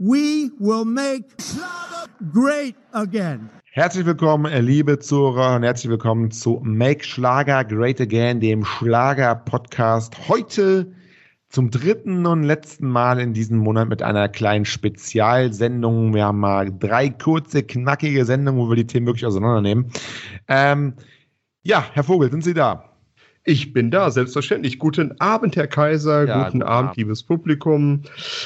We will make Schlager great again. Herzlich willkommen, liebe Zuhörer, und herzlich willkommen zu Make Schlager Great Again, dem Schlager-Podcast. Heute zum dritten und letzten Mal in diesem Monat mit einer kleinen Spezialsendung. Wir haben mal 3 kurze, knackige Sendungen, wo wir die Themen wirklich auseinandernehmen. Ja, Herr Vogel, sind Sie da? Ich bin da, selbstverständlich. Guten Abend, Herr Kaiser. Ja, guten Abend, liebes Publikum.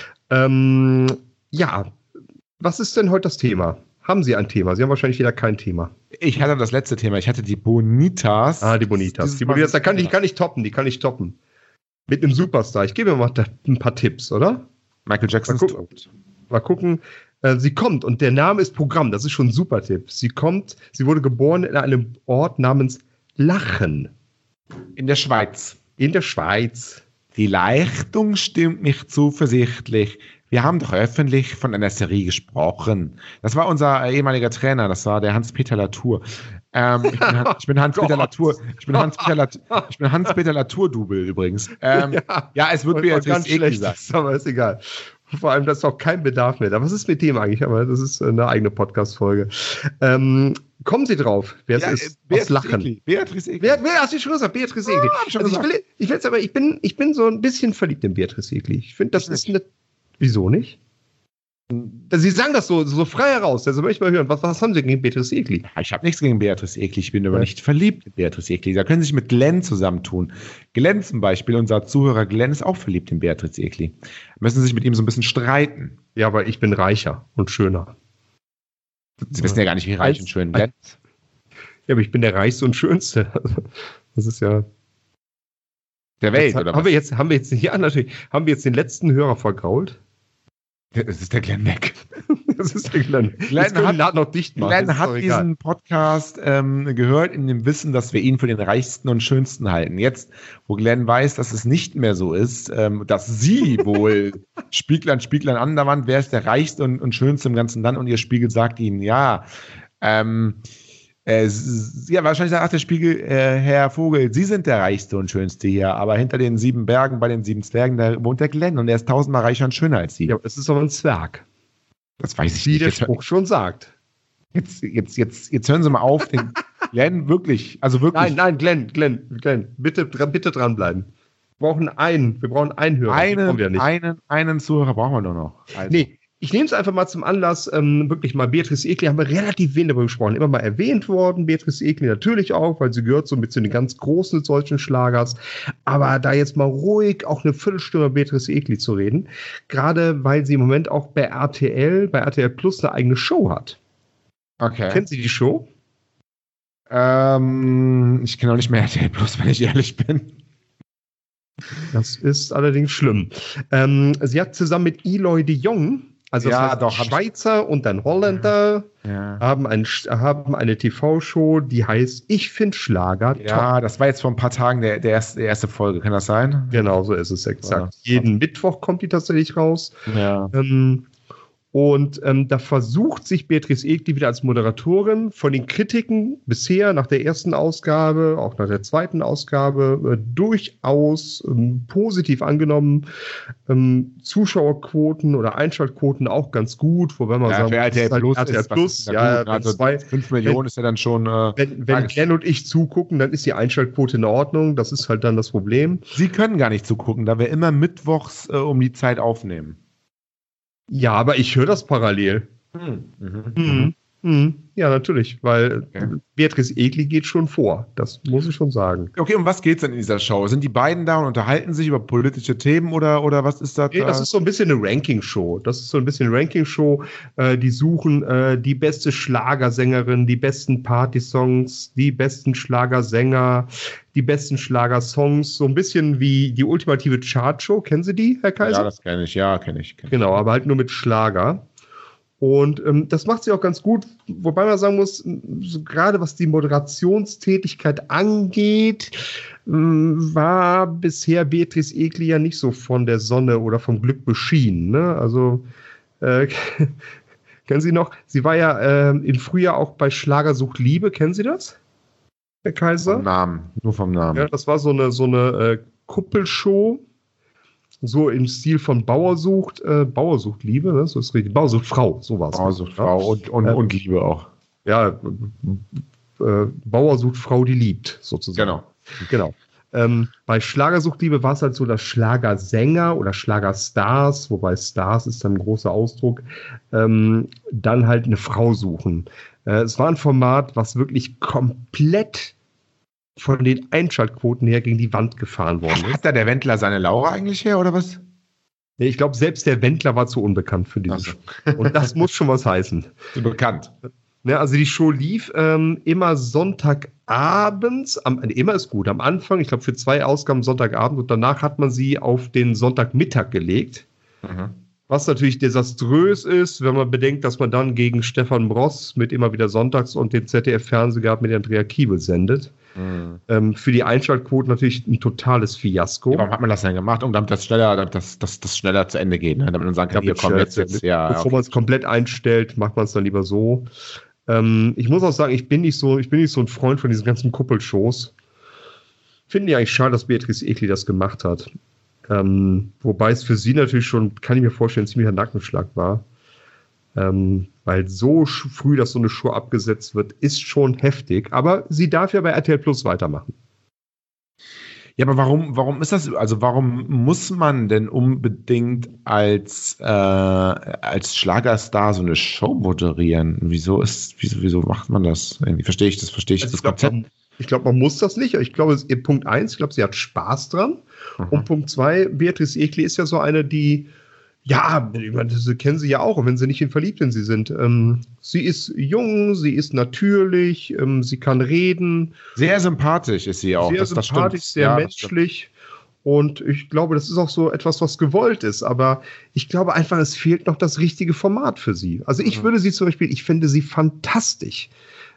Ja, was ist denn heute das Thema? Haben Sie ein Thema? Sie haben wahrscheinlich wieder kein Thema. Ich hatte das letzte Thema. Ich hatte die Bonitas. Die Bonitas. Da kann ich toppen. Die kann ich toppen. Mit einem Superstar. Ich gebe mir mal ein paar Tipps, oder? Michael Jackson ist tot. Mal gucken. Sie kommt, und der Name ist Programm. Das ist schon ein super Tipp. Sie wurde geboren in einem Ort namens Lachen. In der Schweiz. In der Schweiz. Die Leichtung stimmt mich zuversichtlich. Wir haben doch öffentlich von einer Serie gesprochen. Das war unser ehemaliger Trainer, das war der Hans-Peter Latour. Ich bin Hans-Peter Latour. Ich bin Hans-Peter Latour-Double übrigens. Ja, es wird mir ganz schlecht, aber ist egal. Vor allem, das ist auch kein Bedarf mehr. Was ist mit dem eigentlich? Aber das ist eine eigene Podcast-Folge. Kommen Sie drauf, wer es ist? Aus Lachen. Beatrice Egli. Wer hast du schon gesagt? Beatrice Egli. Ich bin so ein bisschen verliebt in Beatrice Egli. Ich finde, das ist eine... Wieso nicht? Sie sagen das so frei heraus. Also möchte ich mal hören, was haben Sie gegen Beatrice Egli? Ich habe nichts gegen Beatrice Egli. Ich bin aber nicht verliebt in Beatrice Egli. Da können Sie sich mit Glenn zusammentun. Glenn zum Beispiel, unser Zuhörer Glenn, ist auch verliebt in Beatrice Egli. Müssen Sie sich mit ihm so ein bisschen streiten. Ja, aber ich bin reicher und schöner. Sie wissen ja gar nicht, wie reich und schön Glenn ist. Ja, aber ich bin der Reichste und Schönste. Das ist ja... Der Welt, oder was? Haben wir jetzt den letzten Hörer vergrault? Das ist der Glenn Beck. Das ist der Glenn. Glenn hat diesen Podcast gehört in dem Wissen, dass wir ihn für den reichsten und schönsten halten. Jetzt, wo Glenn weiß, dass es nicht mehr so ist, dass sie wohl Spieglein an der Wand, wer ist der reichste und schönste im ganzen Land, und ihr Spiegel sagt ihnen, ja, wahrscheinlich sagt der Spiegel, Herr Vogel, Sie sind der Reichste und Schönste hier, aber hinter den 7 Bergen, bei den 7 Zwergen, da wohnt der Glenn, und er ist 1000-mal reicher und schöner als Sie. Ja, aber es ist doch ein Zwerg. Das weiß ich nicht. Wie der Spruch schon sagt. Jetzt hören Sie mal auf, den Glenn wirklich, also wirklich. Nein, Glenn, bitte dranbleiben. Wir brauchen einen Hörer. Einen Zuhörer brauchen wir nur noch. Also. Nee. Ich nehme es einfach mal zum Anlass, wirklich mal Beatrice Egli, haben wir relativ wenig darüber gesprochen, immer mal erwähnt worden, Beatrice Egli natürlich auch, weil sie gehört so mit zu den ganz großen solchen Schlagers, aber da jetzt mal ruhig auch eine Viertelstunde Beatrice Egli zu reden, gerade weil sie im Moment auch bei RTL Plus eine eigene Show hat. Okay. Kennen Sie die Show? Ich kenne auch nicht mehr RTL Plus, wenn ich ehrlich bin. Das ist allerdings schlimm. Sie hat zusammen mit Eloy de Jong, also Schweizer und dann Holländer, haben eine TV-Show, die heißt Ich find Schlager top. Ja, das war jetzt vor ein paar Tagen der erste Folge, kann das sein? Genau, so ist es exakt. Jeden Mittwoch kommt die tatsächlich raus. Ja. Und da versucht sich Beatrice Egli wieder als Moderatorin von den Kritiken bisher nach der ersten Ausgabe, auch nach der zweiten Ausgabe, durchaus positiv angenommen. Zuschauerquoten oder Einschaltquoten auch ganz gut, wobei man sagen, RTL Plus RTL Plus, ja, also 5 Millionen ist ja dann schon... wenn Glenn und ich zugucken, dann ist die Einschaltquote in Ordnung. Das ist halt dann das Problem. Sie können gar nicht zugucken, da wir immer mittwochs um die Zeit aufnehmen. Ja, aber ich höre das parallel. Ja, natürlich, weil Beatrice Egli geht schon vor. Das muss ich schon sagen. Okay, um was geht's denn in dieser Show? Sind die beiden da und unterhalten sich über politische Themen oder was ist das? Nee, das ist so ein bisschen eine Ranking-Show. Die suchen die beste Schlagersängerin, die besten Partysongs, die besten Schlagersänger, die besten Schlagersongs. So ein bisschen wie die ultimative Chartshow. Kennen Sie die, Herr Kaiser? Ja, das kenne ich. Ja, kenne ich. Genau, aber halt nur mit Schlager. Und das macht sie auch ganz gut, wobei man sagen muss, so gerade was die Moderationstätigkeit angeht, war bisher Beatrice Egli ja nicht so von der Sonne oder vom Glück beschienen. Ne? Also kennen Sie noch? Sie war ja im Frühjahr auch bei Schlagersucht Liebe. Kennen Sie das, Herr Kaiser? Vom Namen, nur vom Namen. Ja, das war so eine Kuppelshow. So im Stil von Bauer sucht Liebe, ne? So ist richtig. Bauer sucht Frau, so war es. Bauer sucht Frau und Liebe auch. Ja, Bauer sucht Frau, die liebt, sozusagen. Genau. Bei Schlagersuchtliebe war es halt so, dass Schlagersänger oder Schlagerstars, wobei Stars ist dann ein großer Ausdruck, dann halt eine Frau suchen. Es war ein Format, was wirklich komplett von den Einschaltquoten her gegen die Wand gefahren worden ist. Hat da der Wendler seine Laura eigentlich her, oder was? Nee, ich glaube, selbst der Wendler war zu unbekannt für dieses Show. Und das muss schon was heißen. Zu bekannt. Ne, also die Show lief immer Sonntagabends, immer ist gut, am Anfang, ich glaube für 2 Ausgaben Sonntagabend und danach hat man sie auf den Sonntagmittag gelegt. Mhm. Was natürlich desaströs ist, wenn man bedenkt, dass man dann gegen Stefan Bross mit immer wieder Sonntags und den ZDF-Fernsehgarten mit Andrea Kiebel sendet. Mhm. Für die Einschaltquoten natürlich ein totales Fiasko. Ja, warum hat man das denn gemacht? Um damit das schneller zu Ende geht, ne? Damit man sagen kann, hier kommt jetzt bevor man es komplett einstellt, macht man es dann lieber so. Ich muss auch sagen, ich bin nicht so ein Freund von diesen ganzen Kuppelshows. Finde ich eigentlich schade, dass Beatrice Egli das gemacht hat. Wobei es für sie natürlich schon, kann ich mir vorstellen, ziemlicher Nackenschlag war. Weil so früh, dass so eine Show abgesetzt wird, ist schon heftig. Aber sie darf ja bei RTL Plus weitermachen. Ja, aber warum ist das, also warum muss man denn unbedingt als Schlagerstar so eine Show moderieren? Wieso macht man das? Irgendwie verstehe ich das Konzept. Ich glaube, man muss das nicht. Ich glaube, Punkt 1, ich glaube, sie hat Spaß dran. Mhm. Und Punkt 2, Beatrice Egli ist ja so eine, die, ja, das kennen Sie ja auch, wenn Sie nicht in verliebt in sie sind. Sie ist jung, sie ist natürlich, sie kann reden. Sehr sympathisch ist sie auch. Sehr sympathisch, sehr menschlich. Und ich glaube, das ist auch so etwas, was gewollt ist. Aber ich glaube einfach, es fehlt noch das richtige Format für sie. Also ich würde sie zum Beispiel, ich finde sie fantastisch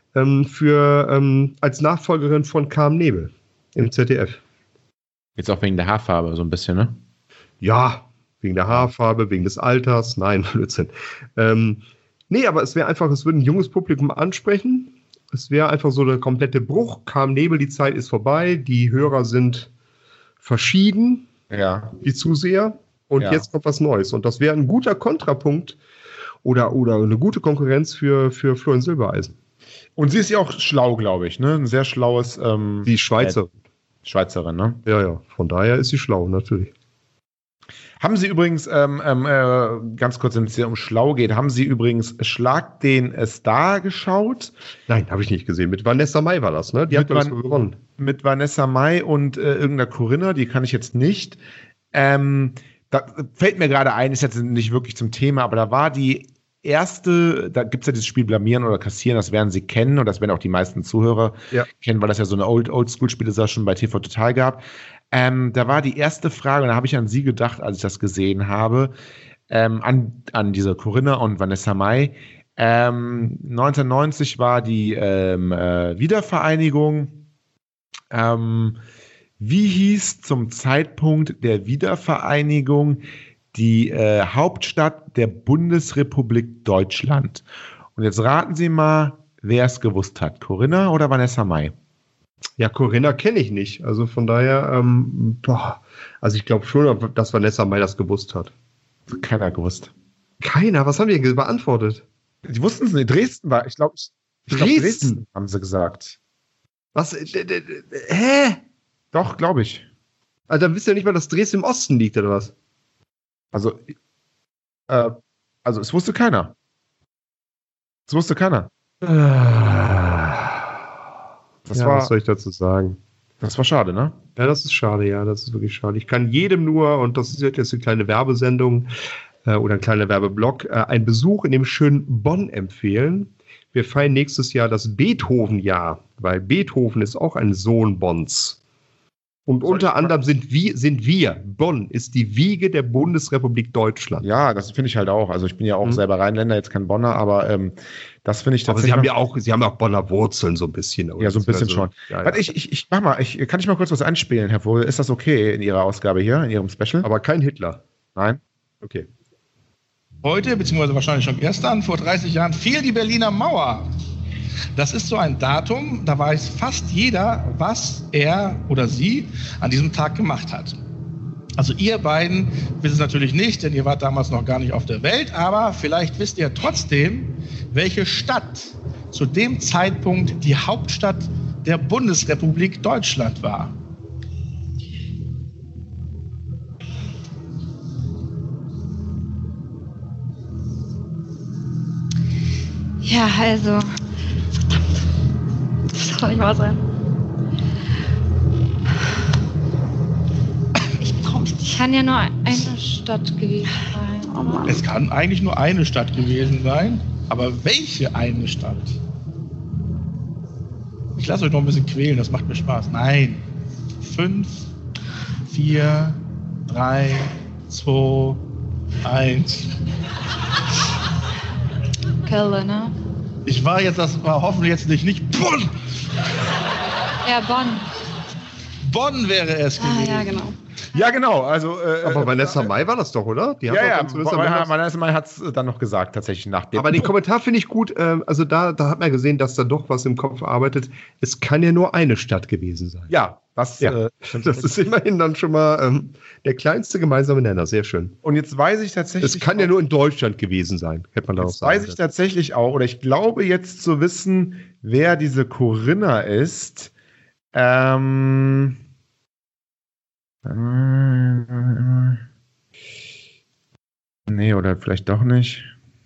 als Nachfolgerin von Carmen Nebel im ZDF. Jetzt auch wegen der Haarfarbe so ein bisschen, ne? Ja, wegen der Haarfarbe, wegen des Alters. Nein, Blödsinn. Nee, aber es würde ein junges Publikum ansprechen. Es wäre einfach so der komplette Bruch. Carmen Nebel, die Zeit ist vorbei. Die Hörer sind verschieden, die Zuseher. Und jetzt kommt was Neues. Und das wäre ein guter Kontrapunkt oder eine gute Konkurrenz für Florian Silbereisen. Und sie ist ja auch schlau, glaube ich, ne? Ein sehr schlaues. Die Schweizerin. Schweizerin, ne? Ja. Von daher ist sie schlau, natürlich. Haben Sie übrigens, ganz kurz, wenn es hier um schlau geht, haben Sie übrigens Schlag den Star geschaut? Nein, habe ich nicht gesehen. Mit Vanessa Mai war das, ne? Die hat gewonnen. Mit Vanessa Mai und irgendeiner Corinna, die kann ich jetzt nicht. Da fällt mir gerade ein, ist jetzt nicht wirklich zum Thema, aber da war die erste, da gibt es ja dieses Spiel Blamieren oder Kassieren, das werden Sie kennen und das werden auch die meisten Zuhörer kennen, weil das ja so eine Oldschool-Spiel ist, das schon bei TV Total gab. Da war die erste Frage, und da habe ich an Sie gedacht, als ich das gesehen habe, an diese Corinna und Vanessa Mai. 1990 war die Wiedervereinigung. Wie hieß zum Zeitpunkt der Wiedervereinigung die Hauptstadt der Bundesrepublik Deutschland? Und jetzt raten Sie mal, wer es gewusst hat. Corinna oder Vanessa Mai? Ja, Corinna kenne ich nicht. Also von daher, also ich glaube schon, dass Vanessa Mai das gewusst hat. Keiner gewusst. Keiner? Was haben die denn beantwortet? Die wussten es nicht. Dresden war, ich glaube, Dresden haben sie gesagt. Was? Hä? Doch, glaube ich. Also dann wisst ihr nicht mal, dass Dresden im Osten liegt, oder was? Also es wusste keiner. Es wusste keiner. Was soll ich dazu sagen? Das war schade, ne? Ja, das ist schade, ja, das ist wirklich schade. Ich kann jedem nur, und das ist jetzt eine kleine Werbesendung oder ein kleiner Werbeblock, einen Besuch in dem schönen Bonn empfehlen. Wir feiern nächstes Jahr das Beethoven-Jahr, weil Beethoven ist auch ein Sohn Bonns. Und unter anderem sind wir, Bonn ist die Wiege der Bundesrepublik Deutschland. Ja, das finde ich halt auch. Also ich bin ja auch selber Rheinländer, jetzt kein Bonner, aber das finde ich tatsächlich. Aber Sie haben ja auch Bonner Wurzeln so ein bisschen. Oder? Ja, so ein bisschen schon. Ja. Warte, ich mach mal, kann ich mal kurz was einspielen, Herr Vogel? Ist das okay in Ihrer Ausgabe hier, in Ihrem Special? Aber kein Hitler. Nein? Okay. Heute, beziehungsweise wahrscheinlich schon gestern, vor 30 Jahren, fiel die Berliner Mauer. Das ist so ein Datum, da weiß fast jeder, was er oder sie an diesem Tag gemacht hat. Also ihr beiden wisst es natürlich nicht, denn ihr wart damals noch gar nicht auf der Welt, aber vielleicht wisst ihr trotzdem, welche Stadt zu dem Zeitpunkt die Hauptstadt der Bundesrepublik Deutschland war. Ja, also. Verdammt. Das kann nicht wahr sein. Ich kann ja nur eine Stadt gewesen sein. Oh Mann. Es kann eigentlich nur eine Stadt gewesen sein, aber welche eine Stadt? Ich lasse euch noch ein bisschen quälen, das macht mir Spaß. Nein. 5, 4, 3, 2, 1. Köln, ne? Das war hoffentlich jetzt nicht Bonn! Ja, Bonn. Bonn wäre es gewesen. Ja, genau. Ja, genau. Also, aber Vanessa Mai war das doch, oder? Die hat Vanessa Mai hat es dann noch gesagt, tatsächlich nach dem. Aber den Kommentar finde ich gut. Also da hat man gesehen, dass da doch was im Kopf arbeitet. Es kann ja nur eine Stadt gewesen sein. Ja, das ist immerhin dann schon mal der kleinste gemeinsame Nenner. Sehr schön. Und jetzt weiß ich tatsächlich. Es kann ja nur in Deutschland gewesen sein, hätte man da auch sagen. Weiß ich tatsächlich auch, oder ich glaube jetzt zu wissen, wer diese Corinna ist. Nee, oder vielleicht doch nicht.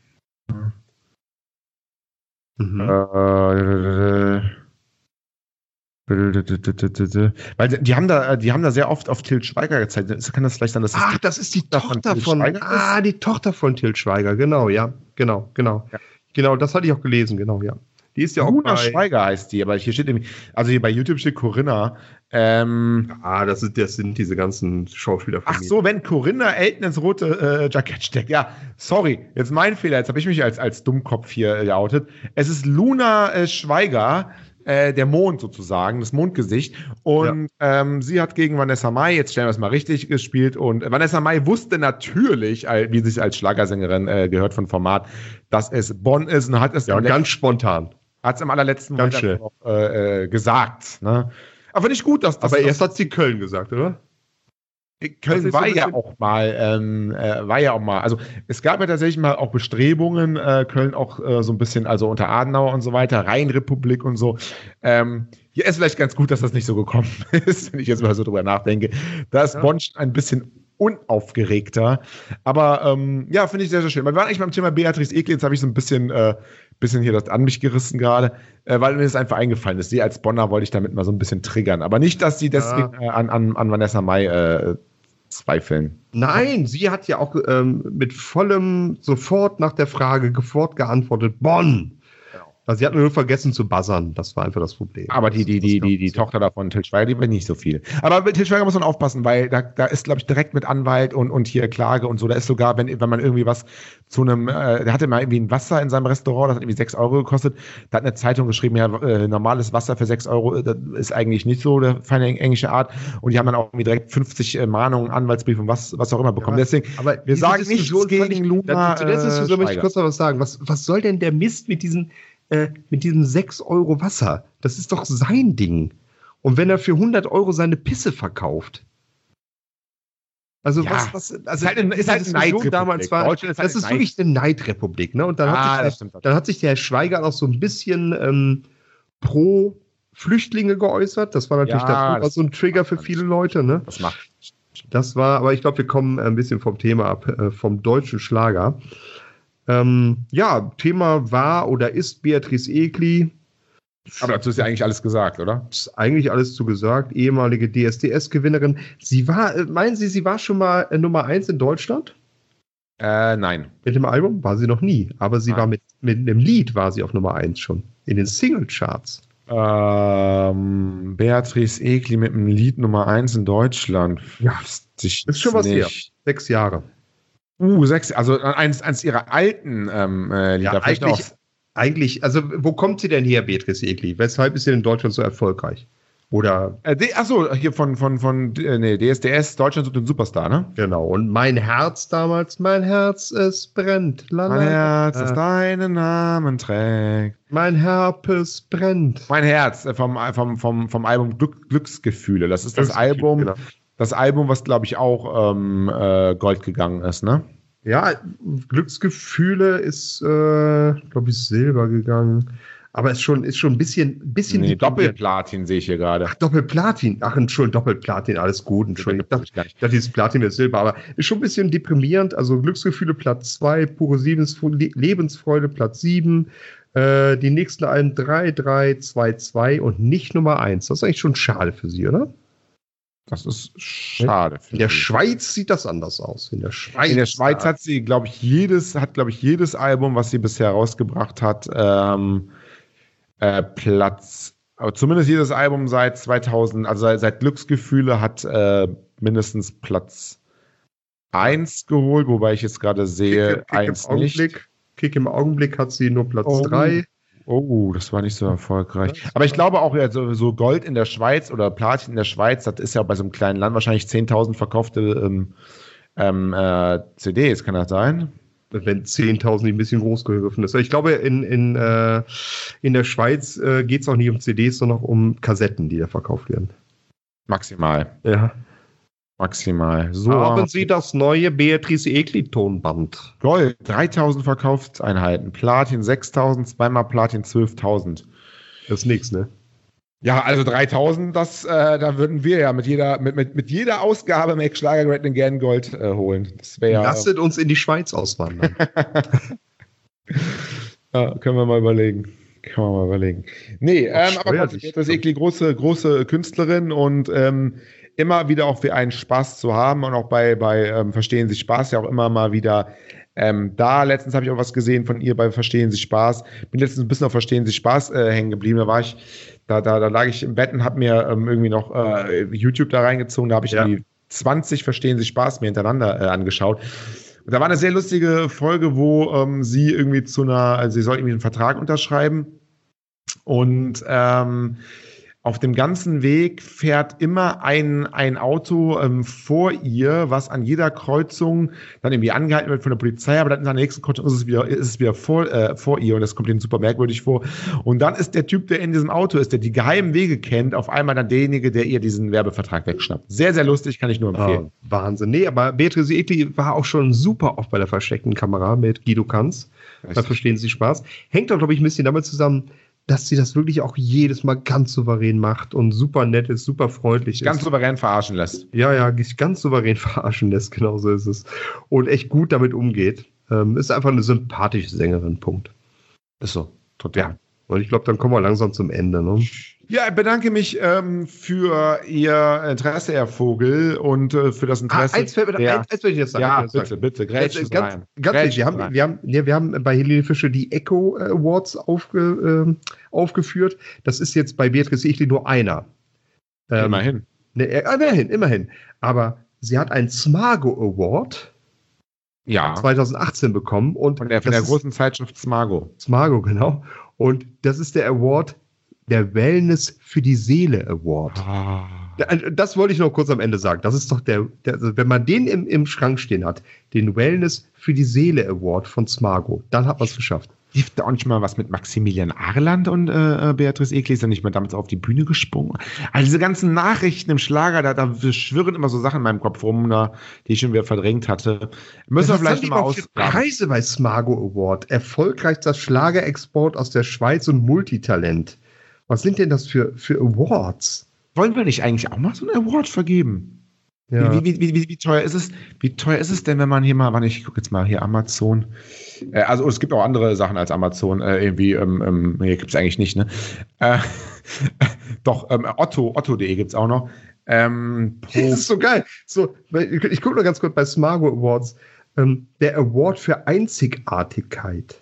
Weil die haben da sehr oft auf Til Schweiger gezeigt. Kann das vielleicht sein, dass das ist die Tochter von die Tochter von Til Schweiger, genau, ja. Genau. Ja. Genau, das hatte ich auch gelesen, genau, ja. Die ist ja auch Luna Schweiger heißt die, aber hier steht irgendwie, also hier bei YouTube steht Corinna. Das sind diese ganzen Schauspieler. Ach so, wenn Corinna Elton ins rote Jackett steckt. Ja, sorry, jetzt mein Fehler. Jetzt habe ich mich als Dummkopf hier geoutet. Es ist Luna Schweiger, der Mond sozusagen, das Mondgesicht. Und sie hat gegen Vanessa Mai, jetzt stellen wir es mal richtig, gespielt. Und Vanessa Mai wusste natürlich, wie sie sich als Schlagersängerin gehört von Format, dass es Bonn ist. Und hat es ganz spontan. Hat es im allerletzten Moment gesagt. Ne? Aber finde ich gut, dass das. Aber erst hat sie Köln gesagt, oder? Köln war ja auch mal, also es gab ja tatsächlich mal auch Bestrebungen, Köln auch so ein bisschen, also unter Adenauer und so weiter, Rheinrepublik und so. Hier ist vielleicht ganz gut, dass das nicht so gekommen ist, wenn ich jetzt mal so drüber nachdenke. Da ist Bonn ein bisschen unaufgeregter. Aber ja, finde ich sehr, sehr schön. Wir waren eigentlich beim Thema Beatrice Egli, jetzt habe ich so ein bisschen hier das an mich gerissen gerade, weil mir das einfach eingefallen ist. Sie als Bonner wollte ich damit mal so ein bisschen triggern. Aber nicht, dass sie deswegen an Vanessa Mai zweifeln. Nein, sie hat ja auch mit vollem sofort nach der Frage geantwortet, Bonn. Also sie hat nur vergessen zu buzzern, das war einfach das Problem. Aber die Tochter davon, Til Schweiger, die war nicht so viel. Aber mit Til Schweiger muss man aufpassen, weil da ist, glaube ich, direkt mit Anwalt und hier Klage und so. Da ist sogar, wenn man irgendwie was zu einem, der hatte mal irgendwie ein Wasser in seinem Restaurant, das hat irgendwie 6 Euro gekostet. Da hat eine Zeitung geschrieben, ja, normales Wasser für 6 Euro, das ist eigentlich nicht so der feine englische Art. Und die haben dann auch irgendwie direkt 50 Mahnungen, Anwaltsbriefe und was auch immer bekommen. Ja, deswegen, aber wir sagen nichts gegen Luna. Zu der Diskussion möchte ich kurz noch was sagen. Was soll denn der Mist mit diesem 6 Euro Wasser? Das ist doch sein Ding. Und wenn er für 100 Euro seine Pisse verkauft. Also ja, also ist halt eine Neidrepublik. Damals war, das ist wirklich eine Neidrepublik. Ne? Und dann hat sich der Herr Schweiger auch so ein bisschen pro Flüchtlinge geäußert. Das war natürlich so ein Trigger für viele Leute. Ne? Das war, aber ich glaube, wir kommen ein bisschen vom Thema ab, vom deutschen Schlager. Thema war oder ist Beatrice Egli. Aber dazu ist ja eigentlich alles gesagt, oder? Ist eigentlich alles zu gesagt. Ehemalige DSDS-Gewinnerin. Sie war schon mal Nummer 1 in Deutschland? Nein. Mit dem Album war sie noch nie. Aber sie war mit dem Lied war sie auf Nummer 1 schon. In den Single-Charts. Beatrice Egli mit dem Lied Nummer 1 in Deutschland. Ja, ist schon was her. 6 Jahre. 6, also eins ihrer alten Lieder. Eigentlich, also wo kommt sie denn her, Beatrice Egli? Weshalb ist sie in Deutschland so erfolgreich? Oder? Hier von DSDS, Deutschland sucht den Superstar, ne? Genau, und mein Herz damals, mein Herz, es brennt. Mein Herz, das deinen Namen trägt. Mein Herpes brennt. Mein Herz, vom Album Glücksgefühle. Das ist das Album, das Album, was glaube ich auch Gold gegangen ist, ne? Ja, Glücksgefühle ist, glaube ich, Silber gegangen. Aber ist schon ein bisschen Nee, Doppelplatin sehe ich hier gerade. Ach, Doppelplatin. Ach, Entschuldigung, Doppelplatin, alles gut. Entschuldigung, ich dachte, dieses Platin ist Silber, aber ist schon ein bisschen deprimierend. Also Glücksgefühle Platz 2, pure Lebensfreude Platz 7. Die nächsten Alben 3, 3, 2, 2 und nicht Nummer 1. Das ist eigentlich schon schade für sie, oder? Das ist schade. In der Schweiz sieht das anders aus. In der Schweiz hat sie, glaube ich, jedes Album, was sie bisher rausgebracht hat, Platz, zumindest jedes Album seit 2000, also seit Glücksgefühle hat mindestens Platz 1 geholt, wobei ich jetzt gerade sehe, 1 nicht. Kick im Augenblick hat sie nur Platz 3. Oh, das war nicht so erfolgreich. Aber ich glaube auch, ja, so Gold in der Schweiz oder Platin in der Schweiz, das ist ja bei so einem kleinen Land wahrscheinlich 10.000 verkaufte CDs, kann das sein? Wenn 10.000 ein bisschen groß gegriffen ist. Ich glaube, in der Schweiz geht es auch nicht um CDs, sondern um Kassetten, die da verkauft werden. Maximal. Ja. Maximal. So haben Sie das neue Beatrice Egli Tonband? Gold, 3.000 Verkaufseinheiten. Platin 6.000, zweimal Platin 12.000. Das ist nichts, ne? Ja, also 3.000, da würden wir ja mit jeder Ausgabe Make Schlager Great Again Gold holen. Das wäre ja. Lasset uns in die Schweiz auswandern. Ja, können wir mal überlegen. Nee, aber Beatrice Egli, große Künstlerin und immer wieder auch für einen Spaß zu haben und auch bei Verstehen Sie Spaß ja auch immer mal wieder letztens habe ich auch was gesehen von ihr bei Verstehen Sie Spaß. Bin letztens ein bisschen auf Verstehen Sie Spaß hängen geblieben. Da lag ich im Bett und habe mir irgendwie noch YouTube da reingezogen. Da habe ich irgendwie 20 Verstehen Sie Spaß mir hintereinander angeschaut. Und da war eine sehr lustige Folge, wo sie irgendwie sie soll irgendwie einen Vertrag unterschreiben und auf dem ganzen Weg fährt immer ein Auto vor ihr, was an jeder Kreuzung dann irgendwie angehalten wird von der Polizei, aber dann in der nächsten Kreuzung ist es wieder vor ihr und das kommt ihnen super merkwürdig vor. Und dann ist der Typ, der in diesem Auto ist, der die geheimen Wege kennt, auf einmal dann derjenige, der ihr diesen Werbevertrag wegschnappt. Sehr, sehr lustig, kann ich nur empfehlen. Oh, Wahnsinn. Nee, aber Beatrice Egli war auch schon super oft bei der versteckten Kamera mit Guido Kanz. Da Verstehen Sie Spaß. Hängt doch, glaube ich, ein bisschen damit zusammen, dass sie das wirklich auch jedes Mal ganz souverän macht und super nett ist, super freundlich ist. Ganz souverän verarschen lässt. Ja, ganz souverän verarschen lässt, genau so ist es. Und echt gut damit umgeht. Ist einfach eine sympathische Sängerin, Punkt. Ist so, total. Ja. Und ich glaube, dann kommen wir langsam zum Ende, ne? Ja, ich bedanke mich für Ihr Interesse, Herr Vogel, und für das Interesse. Eins will ich jetzt sagen. Ja, bitte, grätsch ganz wichtig, wir haben bei Helene Fischer die Echo Awards aufgeführt. Das ist jetzt bei Beatrice Egli nur einer. Immerhin. Immerhin. Aber sie hat einen Smago Award 2018 bekommen. Von der großen Zeitschrift Smago. Smago, genau. Und das ist der Award, der Wellness für die Seele Award. Ah. Das wollte ich noch kurz am Ende sagen. Das ist doch also wenn man den im Schrank stehen hat, den Wellness für die Seele Award von Smago, dann hat man es geschafft. Lief da auch nicht mal was mit Maximilian Arland und Beatrice Egli? Ist ja nicht mal damals auf die Bühne gesprungen? Also diese ganzen Nachrichten im Schlager, da schwirren immer so Sachen in meinem Kopf rum, die ich schon wieder verdrängt hatte. Müssen wir vielleicht mal ausgraben. Preise bei Smago Award. Erfolgreichster Schlagerexport aus der Schweiz und Multitalent. Was sind denn das für Awards? Wollen wir nicht eigentlich auch mal so einen Award vergeben? Ja. Wie teuer ist es? Wie teuer ist es denn, wenn man hier mal, ich gucke jetzt mal hier Amazon. Also es gibt auch andere Sachen als Amazon. Hier gibt es eigentlich nicht, ne? Doch, Otto.de gibt es auch noch. Das ist so geil. So, ich gucke noch ganz kurz bei Smago Awards. Der Award für Einzigartigkeit.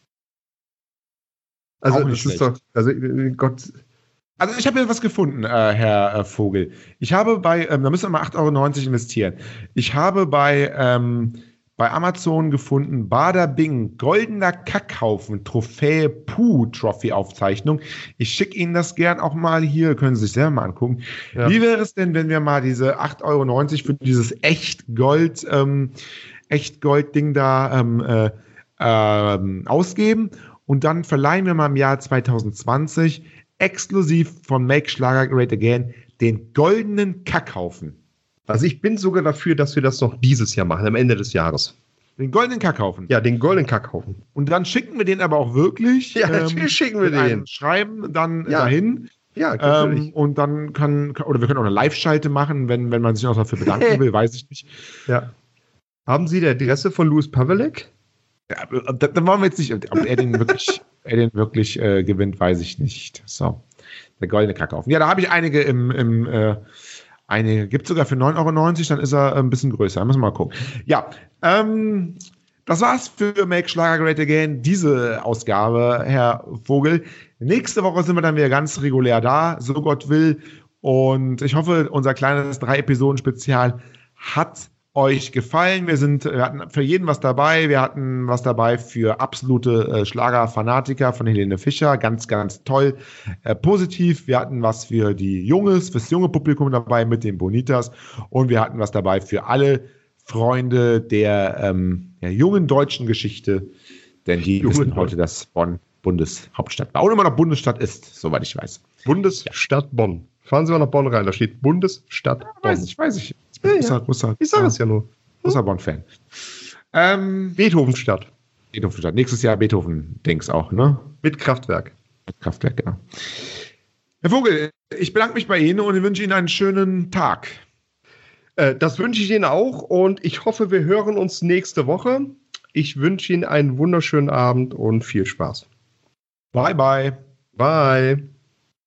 Also, das ist doch, Gott. Also ich habe hier was gefunden, Herr Vogel. Ich habe da müssen wir mal 8,90 € investieren. Ich habe bei Amazon gefunden, Bada Bing, goldener Kackhaufen, Trophäe Trophy-Aufzeichnung. Ich schicke Ihnen das gern auch mal hier, können Sie sich selber mal angucken. Ja. Wie wäre es denn, wenn wir mal diese 8,90 € für dieses Echtgold-Ding da ausgeben und dann verleihen wir mal im Jahr 2020 exklusiv von Make Schlager Great Again den goldenen Kackhaufen. Also ich bin sogar dafür, dass wir das noch dieses Jahr machen, am Ende des Jahres. Den goldenen Kackhaufen. Ja, den goldenen Kackhaufen. Und dann schicken wir den aber auch wirklich. Ja, natürlich schicken wir den. Schreiben dann Ja. dahin. Ja, natürlich. Und dann oder wir können auch eine Live-Schalte machen, wenn man sich noch dafür bedanken will, weiß ich nicht. Ja. Haben Sie die Adresse von Louis Pavelek? Ja, dann wollen wir jetzt nicht, ob er den wirklich gewinnt, weiß ich nicht. So, der goldene Kackhaufen. Ja, da habe ich einige einige gibt es sogar für 9,90 €, dann ist er ein bisschen größer. Müssen wir mal gucken. Ja, das war's für Make Schlager Great Again, diese Ausgabe, Herr Vogel. Nächste Woche sind wir dann wieder ganz regulär da, so Gott will. Und ich hoffe, unser kleines 3-Episoden-Spezial hat euch gefallen. Wir hatten für jeden was dabei. Wir hatten was dabei für absolute Schlagerfanatiker von Helene Fischer. Ganz, ganz toll. Positiv. Wir hatten was fürs junge Publikum dabei mit den Bonitas. Und wir hatten was dabei für alle Freunde der jungen deutschen Geschichte. Denn die wissen heute, dass Bonn Bundeshauptstadt war. Und immer noch Bundesstadt ist, soweit ich weiß. Bundesstadt Bonn. Fahren Sie mal nach Bonn rein, da steht Bundesstadt Bonn. Weiß ich. Großer, ich sage es ja nur. Großer Bonn-Fan. Beethovenstadt. Beethovenstadt. Nächstes Jahr Beethoven-Dings auch, ne? Mit Kraftwerk. Mit Kraftwerk, genau. Herr Vogel, ich bedanke mich bei Ihnen und wünsche Ihnen einen schönen Tag. Das wünsche ich Ihnen auch und ich hoffe, wir hören uns nächste Woche. Ich wünsche Ihnen einen wunderschönen Abend und viel Spaß. Bye, bye. Bye.